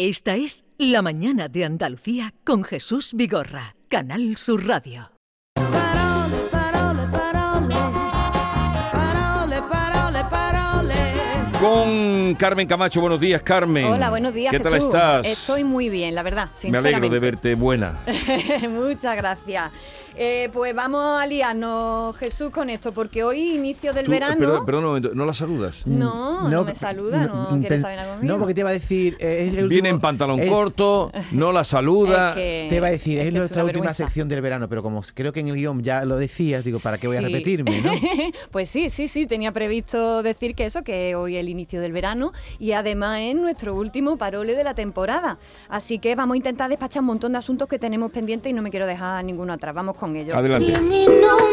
Esta es La Mañana de Andalucía con Jesús Vigorra, Canal Sur Radio. Parole, parole, parole, parole, parole, parole. Con Carmen Camacho. Buenos días, Carmen. Hola, buenos días, ¿Qué Jesús. tal estás? Estoy muy bien, la verdad, Me sinceramente. alegro de verte buena. Muchas gracias. Pues vamos a liarnos, Jesús, con esto, porque hoy, inicio del verano... Perdón un momento, ¿no la saludas? No me saluda, no quiere saber nada conmigo. No, porque te iba a decir... Viene en pantalón corto, no la saluda. Es que- Te iba a decir, es que nuestra una última vergüenza. sección del verano, pero como creo que en el guión ya lo decías, digo, ¿para qué voy a Sí. repetirme, no? Pues sí, tenía previsto decir que hoy es el inicio del verano y además es nuestro último parole de la temporada. Así que vamos a intentar despachar un montón de asuntos que tenemos pendientes y no me quiero dejar ninguno atrás. Vamos con ellos. Adelante. Mi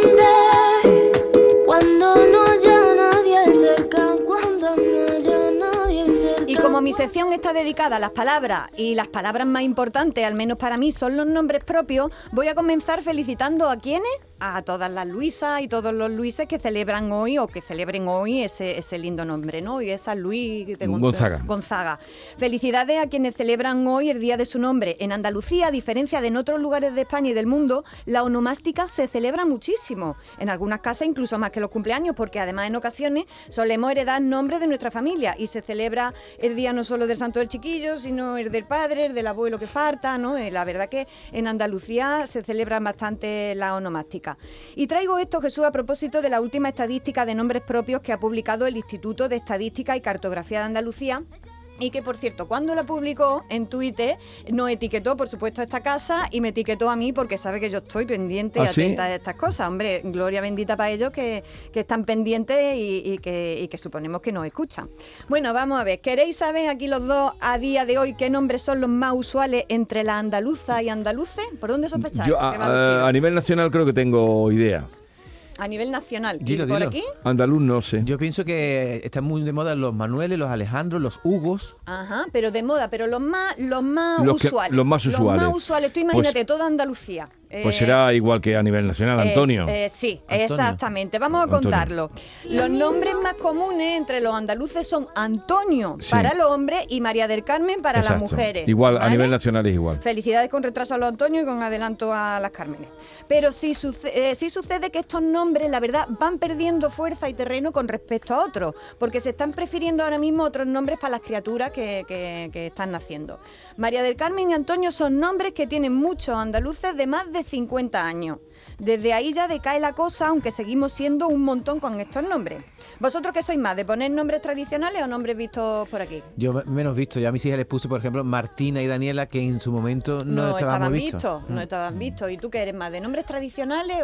nombre, cuando no haya nadie cerca, cuando no haya nadie cerca. Y como mi sección está dedicada a las palabras y las palabras más importantes, al menos para mí, son los nombres propios, voy a comenzar felicitando a ¿quiénes? A todas las Luisas y todos los Luises que celebran hoy o que celebren hoy ese lindo nombre, ¿no? Y es San Luis de Gonzaga. Felicidades a quienes celebran hoy el día de su nombre. En Andalucía, a diferencia de en otros lugares de España y del mundo, la onomástica se celebra muchísimo. En algunas casas incluso más que los cumpleaños, porque además en ocasiones solemos heredar nombres de nuestra familia y se celebra el día no solo del santo del chiquillo, sino el del padre, el del abuelo que falta, ¿no? La verdad que en Andalucía se celebran bastante la onomástica. Y traigo esto, Jesús, a propósito de la última estadística de nombres propios que ha publicado el Instituto de Estadística y Cartografía de Andalucía. Y que, por cierto, cuando la publicó en Twitter, nos etiquetó, por supuesto, a esta casa y me etiquetó a mí porque sabe que yo estoy pendiente y ¿Ah, sí? atenta a estas cosas. Hombre, gloria bendita para ellos que están pendientes y que suponemos que nos escuchan. Bueno, vamos a ver. ¿Queréis saber aquí los dos a día de hoy qué nombres son los más usuales entre las andaluzas y andaluces? ¿Por dónde sospecháis? Yo ¿Qué va los tiros? a nivel nacional creo que tengo idea. A nivel nacional. Dilo, ¿Y por dilo. aquí? Andaluz no sé. Yo pienso que están muy de moda los Manueles, los Alejandros, los Hugos. Ajá, pero de moda, pero los más Los que- usuales. los más usuales. Los más usuales. Tú imagínate, toda Andalucía. Pues será igual que a nivel nacional, Antonio. Sí, Antonio. exactamente. Vamos a Antonio. contarlo. Los nombres más comunes entre los andaluces son Antonio Sí. para los hombres y María del Carmen para Exacto. las mujeres. Igual, a ¿vale? nivel nacional es igual. Felicidades con retraso a los Antonio y con adelanto a las Cármenes. Pero sí sucede que estos nombres, la verdad, van perdiendo fuerza y terreno con respecto a otros, porque se están prefiriendo ahora mismo otros nombres para las criaturas que están naciendo. María del Carmen y Antonio son nombres que tienen muchos andaluces de más de 50 años. Desde ahí ya decae la cosa, aunque seguimos siendo un montón con estos nombres. ¿Vosotros qué sois más, de poner nombres tradicionales o nombres vistos por aquí? Yo menos visto. Yo a mis hijas les puse, por ejemplo, Martina y Daniela, que en su momento no estaban muy vistos. No estaban vistos. ¿Y tú qué eres más, de nombres tradicionales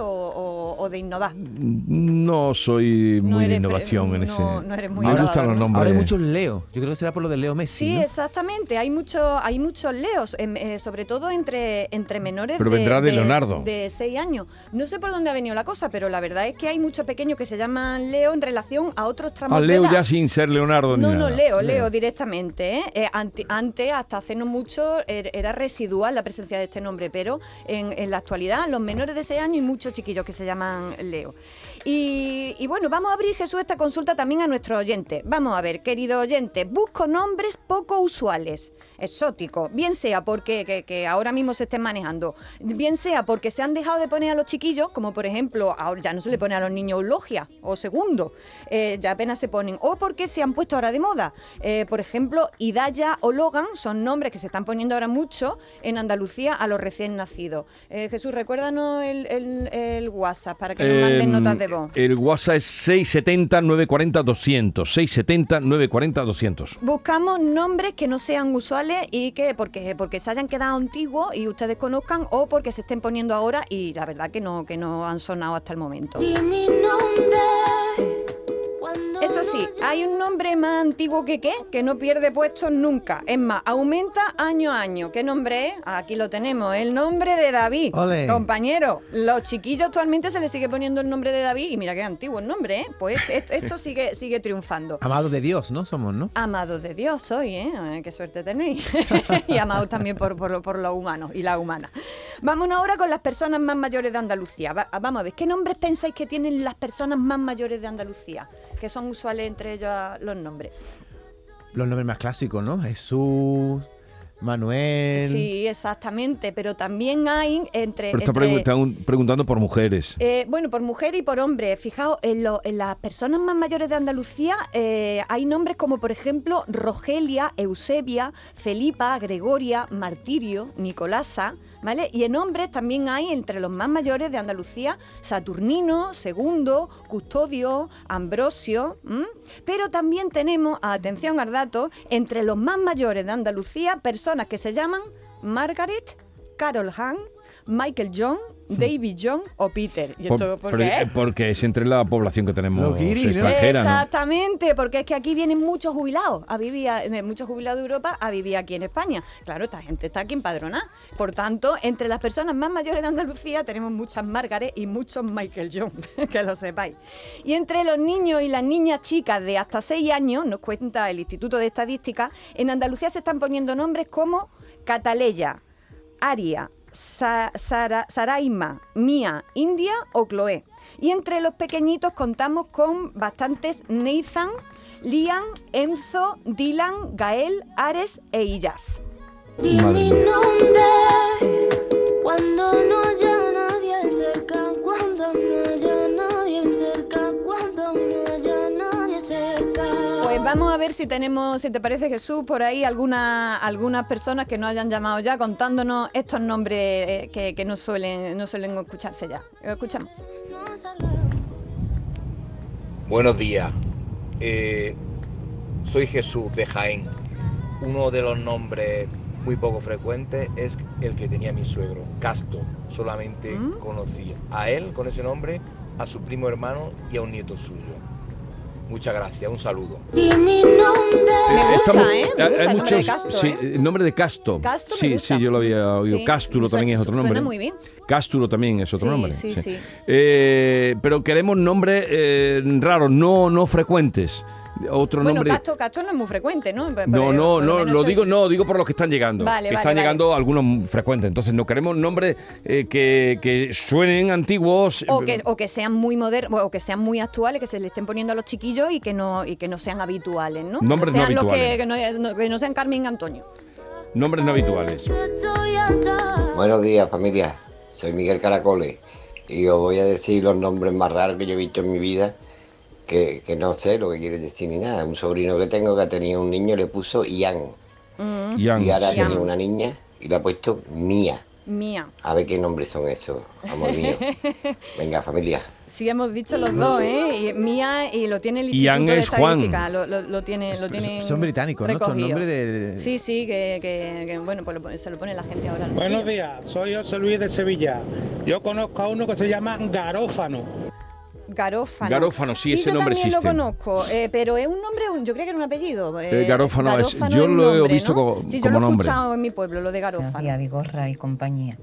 o de innovar? No soy No muy de eres innovación en ese. no eres muy Me innovador, gustan los ¿no? nombres. Ahora hay muchos Leo. Yo creo que será por lo de Leo Messi, Sí, ¿no? exactamente. Hay muchos leos, sobre todo entre menores Pero vendrá de Leonardo. de 6 años. No sé por dónde ha venido la cosa, pero la verdad es que hay muchos pequeños que se llaman Leo en relación a otros tramos de Leo edad. ya sin ser Leonardo ni No, nada. Leo directamente. Antes, hasta hace no mucho, era residual la presencia de este nombre, pero en la actualidad, los menores de 6 años y muchos chiquillos que se llaman Leo. Y bueno, vamos a abrir, Jesús, esta consulta también a nuestros oyentes. Vamos a ver, queridos oyentes, busco nombres poco usuales, exóticos, bien sea porque que ahora mismo se estén manejando, bien sea porque se han dejado de poner a los chiquillos, como por ejemplo, ahora ya no se le pone a los niños Eulogia o Segundo, ya apenas se ponen, o porque se han puesto ahora de moda. Por ejemplo, Hidaya o Logan son nombres que se están poniendo ahora mucho en Andalucía a los recién nacidos. Jesús, recuérdanos el WhatsApp para que nos manden notas de voz. El WhatsApp es 670-940-200. 670-940-200. Buscamos nombres que no sean usuales y que porque se hayan quedado antiguos y ustedes conozcan, o porque se estén poniendo ahora y la verdad que no han sonado hasta el momento. Di mi nombre. Cuando Eso sí, hay un nombre más antiguo que no pierde puestos nunca. Es más, aumenta año a año. ¿Qué nombre es? Aquí lo tenemos, el nombre de David. ¡Ole! Compañero, los chiquillos actualmente se les sigue poniendo el nombre de David y mira qué antiguo el nombre, ¿eh? Pues esto sigue triunfando. Amados de Dios, ¿no? Somos, ¿no? Amados de Dios soy, ¿eh? Qué suerte tenéis. Y amados también por los humanos y las humanas. Vámonos ahora con las personas más mayores de Andalucía. Vamos a ver, ¿qué nombres pensáis que tienen las personas más mayores de Andalucía? Que son usuales entre ellos los nombres. Los nombres más clásicos, ¿no? Jesús, Manuel. Sí, exactamente, pero también hay Pero están preguntando por mujeres. Bueno, por mujer y por hombre. Fijaos, en las personas más mayores de Andalucía hay nombres como, por ejemplo, Rogelia, Eusebia, Felipa, Gregoria, Martirio, Nicolasa, ¿vale? Y en hombres también hay, entre los más mayores de Andalucía, Saturnino, Segundo, Custodio, Ambrosio. Pero también tenemos, atención al dato, entre los más mayores de Andalucía, personas que se llaman Margaret, Carol Hahn, Michael John, David John o Peter. ¿Y esto por qué? Porque es entre la población que tenemos guiris, extranjera. Exactamente, porque es que aquí vienen muchos jubilados muchos jubilados de Europa a vivir aquí en España. Claro, esta gente está aquí empadronada. Por tanto, entre las personas más mayores de Andalucía tenemos muchas Margaret y muchos Michael John, que lo sepáis. Y entre los niños y las niñas chicas de hasta 6 años, nos cuenta el Instituto de Estadística, en Andalucía se están poniendo nombres como Cataleya, Aria, Saraima, Mía, India o Chloe. Y entre los pequeñitos contamos con bastantes Nathan, Liam, Enzo, Dylan, Gael, Ares e Iyaz. Di mi nombre cuando no haya nadie cerca, cuando no haya nadie cerca, cuando no haya nadie cerca. Pues vamos a ver si tenemos, si te parece, Jesús, por ahí algunas personas que nos hayan llamado ya contándonos estos nombres que no suelen escucharse ya. ¿Lo escuchamos? Buenos días. Soy Jesús de Jaén. Uno de los nombres muy poco frecuentes es el que tenía mi suegro, Casto. Solamente conocía a él con ese nombre, a su primo hermano y a un nieto suyo. Muchas gracias, un saludo. Di mi nombre. Me gusta, Me gusta el nombre de Casto, Sí, el nombre de Casto. Casto sí, me gusta. sí, yo lo había oído. Sí. Cástulo también es otro nombre. Suena muy bien. Cástulo también es otro nombre. Sí. Pero queremos nombres raros, no frecuentes. Otro nombre. Casto no es muy frecuente, ¿no? No, digo por los que están llegando. Están llegando algunos frecuentes. Entonces no queremos nombres que suenen antiguos. O que sean muy modernos, o que sean muy actuales, que se le estén poniendo a los chiquillos y que no sean habituales, ¿no? Nombres no habituales. Que no sean Carmen y Antonio. Nombres no habituales. Buenos días, familia. Soy Miguel Caracoles y os voy a decir los nombres más raros que yo he visto en mi vida, que no sé lo que quiere decir ni nada. Un sobrino que tengo que tenía un niño le puso Ian. Y ahora tiene una niña y le ha puesto Mía. A ver qué nombres son esos, amor mío. Venga, familia. Sí, hemos dicho los dos, ¿eh? Mía, y lo tiene el Instituto de Estadística. Lo tiene son británicos, ¿no? Estos nombres de... Sí, que bueno, pues se lo pone la gente ahora. Buenos días, soy José Luis de Sevilla. Yo conozco a uno que se llama Garófano. Garófano, sí, ese nombre existe. Yo también lo conozco, pero es un nombre, yo creo que era un apellido. Garófano yo lo he visto como nombre. Sí, yo lo he escuchado en mi pueblo, lo de Garófano. Buenos días, Vigorra y compañía.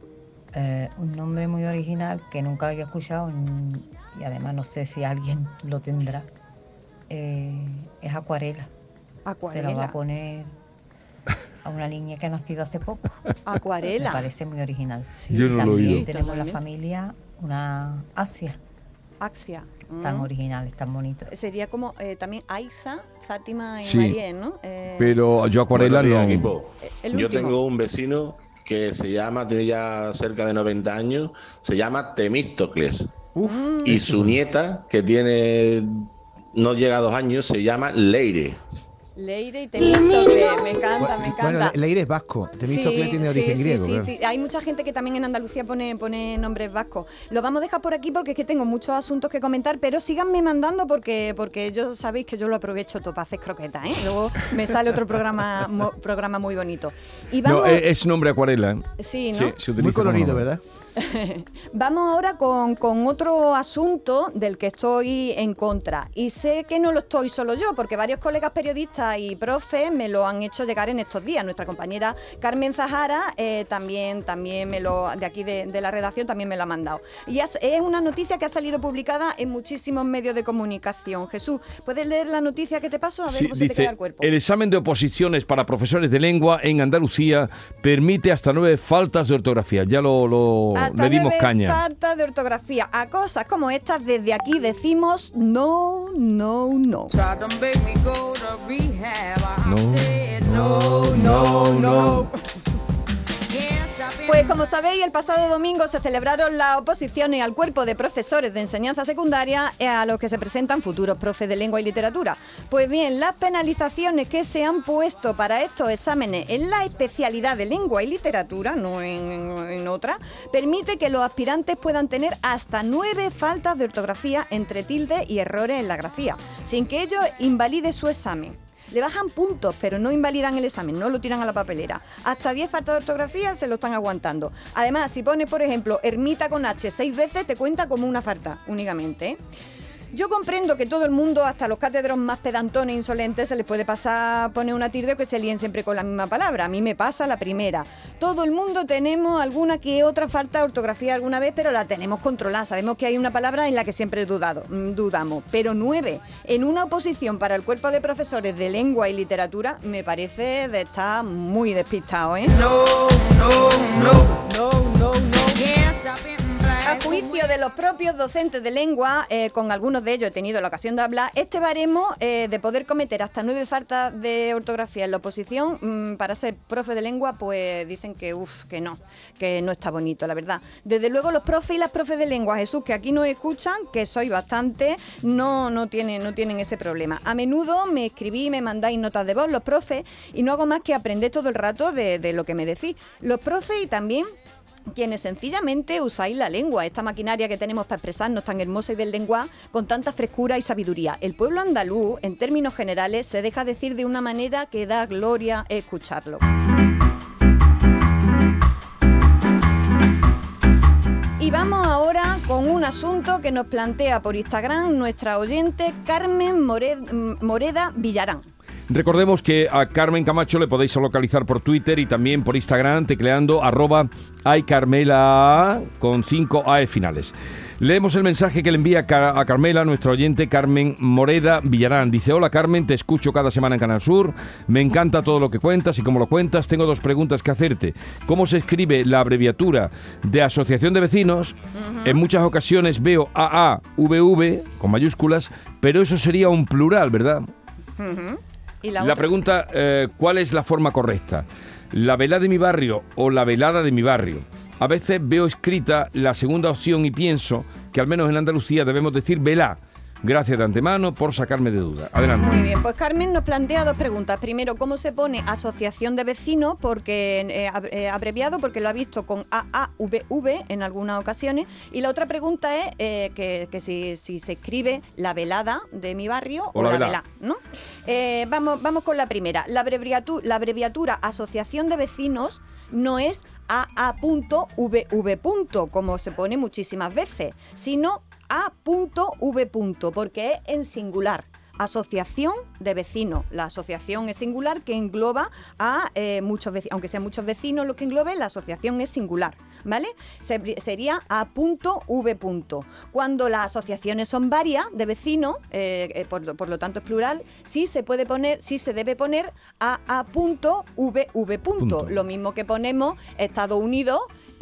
Un nombre muy original que nunca había escuchado y además no sé si alguien lo tendrá. Es Acuarela. Se la va a poner a una niña que ha nacido hace poco. Acuarela. Me parece muy original. Sí, yo no lo he oído. También tenemos en la familia una Axia. Tan originales, tan bonitos. Sería como también Aixa, Fátima y María, ¿no? Pero yo Acuarela no. Equipo. Yo tengo un vecino que se llama, tiene ya cerca de 90 años, se llama Temístocles. Y su nieta, que no llega a 2 años, se llama Leire. Leire y Temístocles, me encanta. Bueno, Leire es vasco, Temístocles tiene origen griego. Sí. Hay mucha gente que también en Andalucía pone nombres vascos. Lo vamos a dejar por aquí porque es que tengo muchos asuntos que comentar, pero síganme mandando porque yo sabéis que yo lo aprovecho todo para hacer croquetas, ¿eh? Luego me sale otro programa muy bonito. Y vamos... No, es nombre Acuarela. Sí, ¿no? Sí, muy colorido, ¿verdad? Vamos ahora con otro asunto del que estoy en contra. Y sé que no lo estoy solo yo, porque varios colegas periodistas y profes me lo han hecho llegar en estos días. Nuestra compañera Carmen Zahara también de aquí de la redacción también me lo ha mandado. Y es una noticia que ha salido publicada en muchísimos medios de comunicación. Jesús, ¿puedes leer la noticia que te paso? A ver cómo se te queda el cuerpo. El examen de oposiciones para profesores de lengua en Andalucía permite hasta 9 faltas de ortografía. Ya le dimos caña. Falta de ortografía. A cosas como estas, desde aquí decimos no. No. Pues como sabéis, el pasado domingo se celebraron las oposiciones al cuerpo de profesores de enseñanza secundaria a los que se presentan futuros profes de lengua y literatura. Pues bien, las penalizaciones que se han puesto para estos exámenes en la especialidad de lengua y literatura, no en otra, permite que los aspirantes puedan tener hasta 9 faltas de ortografía entre tilde y errores en la grafía, sin que ello invalide su examen. Le bajan puntos, pero no invalidan el examen, no lo tiran a la papelera. Hasta 10 faltas de ortografía se lo están aguantando. Además, si pones, por ejemplo, ermita con H 6 veces, te cuenta como una falta únicamente, ¿eh? Yo comprendo que todo el mundo, hasta los cátedros más pedantones e insolentes, se les puede pasar poner una tilde o que se líen siempre con la misma palabra. A mí me pasa la primera. Todo el mundo tenemos alguna que otra falta de ortografía alguna vez, pero la tenemos controlada. Sabemos que hay una palabra en la que siempre dudamos. Pero 9 en una oposición para el cuerpo de profesores de lengua y literatura me parece de estar muy despistado, ¿eh? No. A juicio de los propios docentes de lengua, con algunos de ellos he tenido la ocasión de hablar, este baremo de poder cometer hasta 9 faltas de ortografía en la oposición para ser profe de lengua, pues dicen que no está bonito, la verdad. Desde luego los profes y las profes de lengua, Jesús, que aquí nos escuchan, que sois bastante, no tienen ese problema. A menudo me escribís, me mandáis notas de voz los profes y no hago más que aprender todo el rato de lo que me decís. Los profes y también quienes sencillamente usáis la lengua, esta maquinaria que tenemos para expresarnos tan hermosa y del lenguaje con tanta frescura y sabiduría. El pueblo andaluz, en términos generales, se deja decir de una manera que da gloria escucharlo. Y vamos ahora con un asunto que nos plantea por Instagram nuestra oyente Carmen Moreda Villarán. Recordemos que a Carmen Camacho le podéis localizar por Twitter y también por Instagram tecleando @aycarmela con 5 AE finales. Leemos el mensaje que le envía a Carmela, nuestra oyente Carmen Moreda Villarán. Dice: hola Carmen, te escucho cada semana en Canal Sur, me encanta todo lo que cuentas y cómo lo cuentas. Tengo 2 preguntas que hacerte. ¿Cómo se escribe la abreviatura de Asociación de Vecinos? En muchas ocasiones veo AAVV con mayúsculas, pero eso sería un plural, ¿verdad? ¿Y la pregunta, ¿cuál es la forma correcta? ¿La velada de mi barrio o la velada de mi barrio? A veces veo escrita la segunda opción y pienso que al menos en Andalucía debemos decir velá. Gracias de antemano por sacarme de duda. Adelante. Muy bien, pues Carmen nos plantea 2 preguntas. Primero, ¿cómo se pone asociación de vecinos? Porque abreviado, porque lo ha visto con AAVV en algunas ocasiones. Y la otra pregunta es que si se escribe la velada de mi barrio o la velá, ¿no? Vamos con la primera. La abreviatura asociación de vecinos no es AA.VV, como se pone muchísimas veces, sino A.V, porque es en singular. Asociación de vecinos. La asociación es singular, que engloba a muchos vecinos. Aunque sean muchos vecinos los que englobe, la asociación es singular, ¿vale? Sería A.V. Cuando las asociaciones son varias de vecinos, por lo tanto es plural, sí se debe poner A.V. Lo mismo que ponemos Estados Unidos,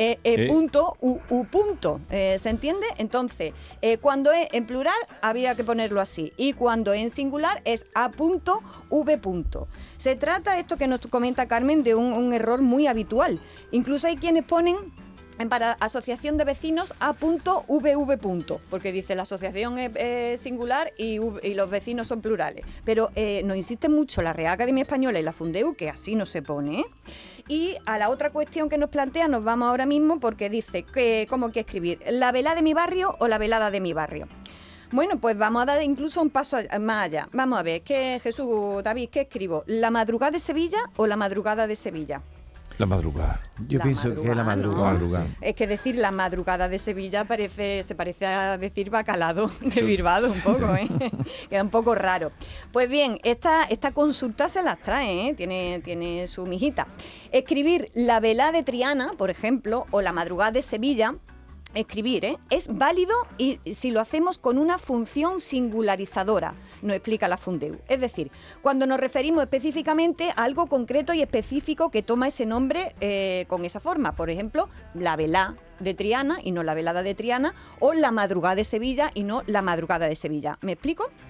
¿se entiende? Entonces, cuando es en plural habría que ponerlo así, y cuando es en singular es A.V. Se trata, esto que nos comenta Carmen, de un error muy habitual. Incluso hay quienes ponen para asociación de vecinos A.VV, porque dice la asociación es singular y los vecinos son plurales. Pero nos insiste mucho la Real Academia Española y la Fundeu que así no se pone, ¿eh? Y a la otra cuestión que nos plantea nos vamos ahora mismo, porque dice que ¿cómo que escribir? ¿La velada de mi barrio o la velada de mi barrio? Bueno, pues vamos a dar incluso un paso más allá. Vamos a ver, David, ¿qué escribo? ¿La madrugada de Sevilla o la madrugada de Sevilla? La madrugada. Yo pienso que es la madrugada. ¿No? Sí. Es que decir la madrugada de Sevilla se parece a decir bacalado de Bilbao un poco, ¿eh? Queda un poco raro. Pues bien, esta consulta se las trae, ¿eh? Tiene su mijita. Escribir la velada de Triana, por ejemplo, o la madrugada de Sevilla, es válido y si lo hacemos con una función singularizadora, nos explica la Fundeu. Es decir, cuando nos referimos específicamente a algo concreto y específico que toma ese nombre con esa forma. Por ejemplo, la velá de Triana y no la velada de Triana, o la madrugada de Sevilla y no la madrugada de Sevilla. ¿Me explico?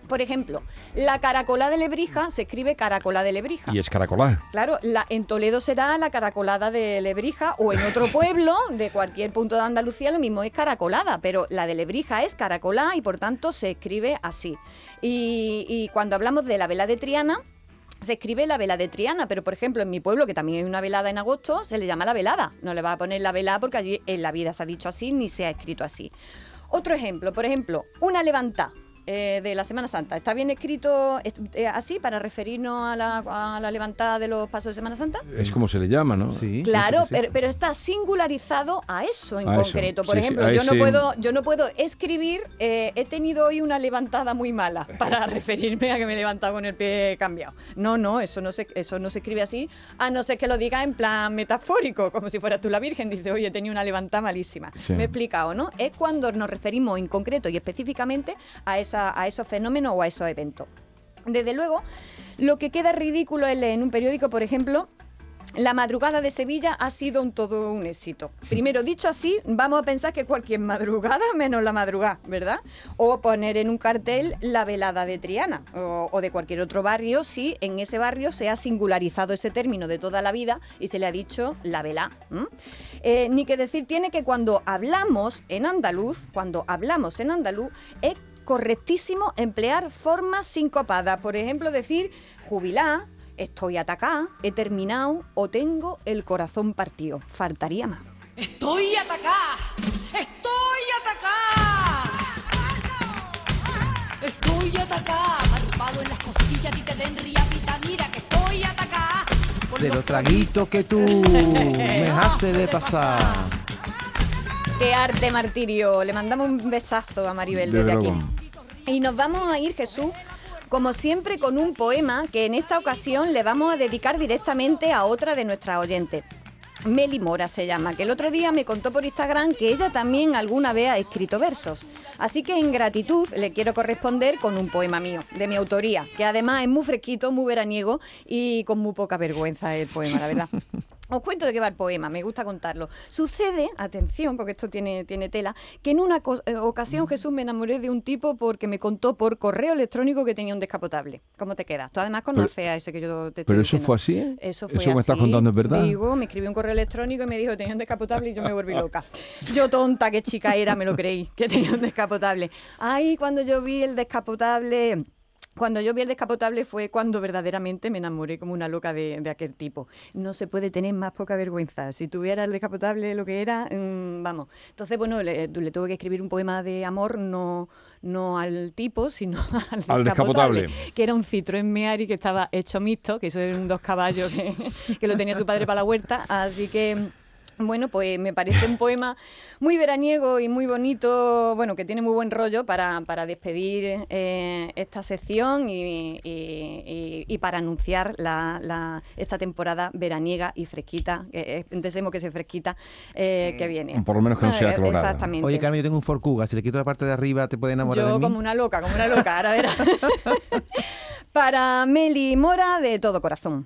Por ejemplo, la caracolá de Lebrija se escribe caracolá de Lebrija. Y es caracolá. Claro, en Toledo será la caracolada de Lebrija, o en otro pueblo de cualquier punto de Andalucía lo mismo es caracolada, pero la de Lebrija es caracolá y por tanto se escribe así. Y cuando hablamos de la vela de Triana, se escribe la vela de Triana, pero por ejemplo en mi pueblo, que también hay una velada en agosto, se le llama la velada. No le va a poner la vela porque allí en la vida se ha dicho así ni se ha escrito así. Otro ejemplo, por ejemplo, una levantá de la Semana Santa. ¿Está bien escrito así para referirnos a la levantada de los pasos de Semana Santa? Es como se le llama, ¿no? Sí. Claro, Sí. pero está singularizado a eso en A eso. concreto. Por Sí, ejemplo, sí, yo no puedo escribir he tenido hoy una levantada muy mala para referirme a que me he levantado con el pie cambiado. No, eso no se escribe así, a no ser que lo diga en plan metafórico, como si fueras tú la Virgen, dice, oye, he tenido una levantada malísima. Sí. Me he explicado, ¿no? Es cuando nos referimos en concreto y específicamente a esos fenómenos o a esos eventos. Desde luego, lo que queda ridículo es leer en un periódico, por ejemplo, la madrugada de Sevilla ha sido todo un éxito. Primero, dicho así, vamos a pensar que cualquier madrugada menos la madrugada, ¿verdad? O poner en un cartel la velada de Triana o de cualquier otro barrio si en ese barrio se ha singularizado ese término de toda la vida y se le ha dicho la velá. Ni que decir tiene que cuando hablamos en andaluz, es correctísimo emplear formas sincopadas. Por ejemplo, decir jubilá, estoy atacada, he terminado o tengo el corazón partido. Faltaría más. ¡Estoy atacada! ¡Estoy atacada! ¡Estoy atacada! Atrapado en las costillas y te den riapita. Mira que estoy atacada. De los traguitos que tú me haces de pasar. ¡Qué arte, martirio! Le mandamos un besazo a Maribel desde aquí. Y nos vamos a ir, Jesús, como siempre, con un poema que en esta ocasión le vamos a dedicar directamente a otra de nuestras oyentes. Meli Mora se llama, que el otro día me contó por Instagram que ella también alguna vez ha escrito versos. Así que en gratitud le quiero corresponder con un poema mío, de mi autoría, que además es muy fresquito, muy veraniego y con muy poca vergüenza el poema, la verdad. Os cuento de qué va el poema, me gusta contarlo. Sucede, atención, porque esto tiene tela, que en una ocasión, Jesús, me enamoré de un tipo porque me contó por correo electrónico que tenía un descapotable. ¿Cómo te quedas? Tú además conoces a ese que yo te estoy ¿Pero diciendo. eso fue así? Eso fue ¿Eso así. me estás contando es verdad? Digo, me escribió un correo electrónico y me dijo que tenía un descapotable y yo me volví loca. Yo tonta, qué chica era, me lo creí, que tenía un descapotable. Ay, cuando yo vi el descapotable fue cuando verdaderamente me enamoré como una loca de aquel tipo. No se puede tener más poca vergüenza. Si tuviera el descapotable lo que era, vamos. Entonces, bueno, le tuve que escribir un poema de amor, no al tipo, sino al descapotable. Que era un Citroën Meari que estaba hecho mixto, que eso era un 2 caballos que lo tenía su padre para la huerta. Así que... Bueno, pues me parece un poema muy veraniego y muy bonito, bueno, que tiene muy buen rollo para despedir esta sección y para anunciar esta temporada veraniega y fresquita, deseemos que sea fresquita, que viene. Por lo menos que no sea clorada. Exactamente. Oye, Carmen, yo tengo un Ford Kuga, si le quito la parte de arriba, ¿te puede enamorar de mí? Yo como una loca, ahora verás. Para Meli Mora, de todo corazón.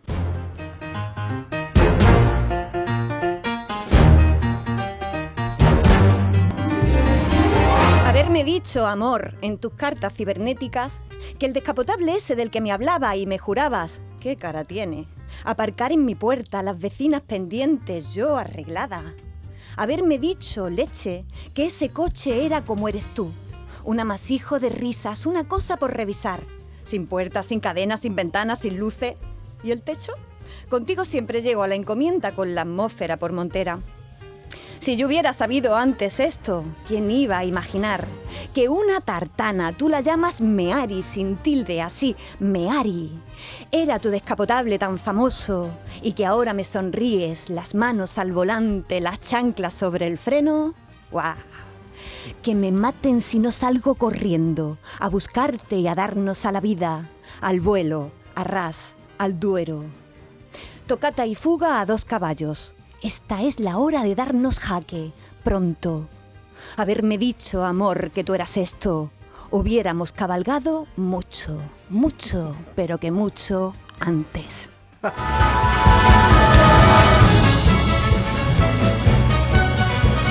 Haberme dicho, amor, en tus cartas cibernéticas, que el descapotable ese del que me hablaba y me jurabas, qué cara tiene, aparcar en mi puerta, las vecinas pendientes, yo arreglada. Haberme dicho, leche, que ese coche era como eres tú, un amasijo de risas, una cosa por revisar, sin puertas, sin cadenas, sin ventanas, sin luces. ¿Y el techo? Contigo siempre llego a la encomienda con la atmósfera por montera. Si yo hubiera sabido antes esto, ¿quién iba a imaginar que una tartana, tú la llamas Meari sin tilde, así, Meari, era tu descapotable tan famoso y que ahora me sonríes, las manos al volante, las chanclas sobre el freno? ¡Guau! Que me maten si no salgo corriendo a buscarte y a darnos a la vida, al vuelo, a ras, al Duero. Tocata y fuga a 2 caballos. Esta es la hora de darnos jaque, pronto. Haberme dicho, amor, que tú eras esto, hubiéramos cabalgado mucho, mucho, pero que mucho antes.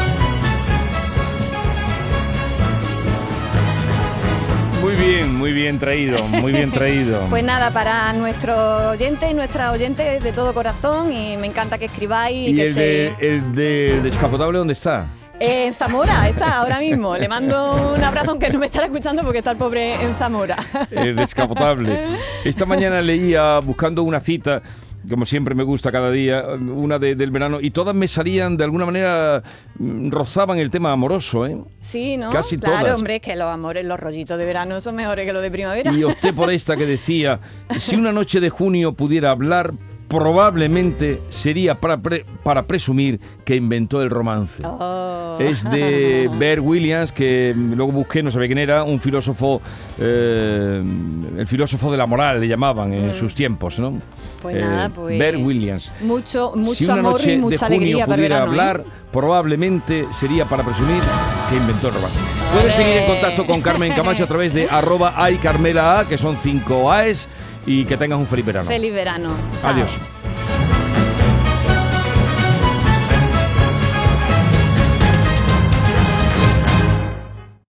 Muy bien, bien traído, muy bien traído. Pues nada, para nuestro oyente y nuestra oyente de todo corazón, y me encanta que escribáis. ¿Y el de Descapotable dónde está? En Zamora, está ahora mismo. Le mando un abrazo, aunque no me estará escuchando porque está el pobre en Zamora. Descapotable. Esta mañana leía, buscando una cita, como siempre me gusta cada día, una del verano, y todas me salían, de alguna manera, rozaban el tema amoroso, ¿eh? Sí, ¿no? Casi claro, todas. Hombre, es que los amores, los rollitos de verano son mejores que los de primavera. Y opté por esta que decía, si una noche de junio pudiera hablar, probablemente sería para presumir que inventó el romance. Oh. Es de Bert Williams, que luego busqué, no sabía quién era, un filósofo, el filósofo de la moral le llamaban en sus tiempos, ¿no? Pues nada, pues... Bert Williams. Mucho si una amor noche y mucha de junio alegría para el pudiera verano, hablar, probablemente sería para presumir que inventó el romance. Puedes seguir en contacto con Carmen Camacho a través de @aycarmela, que son 5 A's, y que tengas un feliz verano. Feliz verano. Chao. Adiós.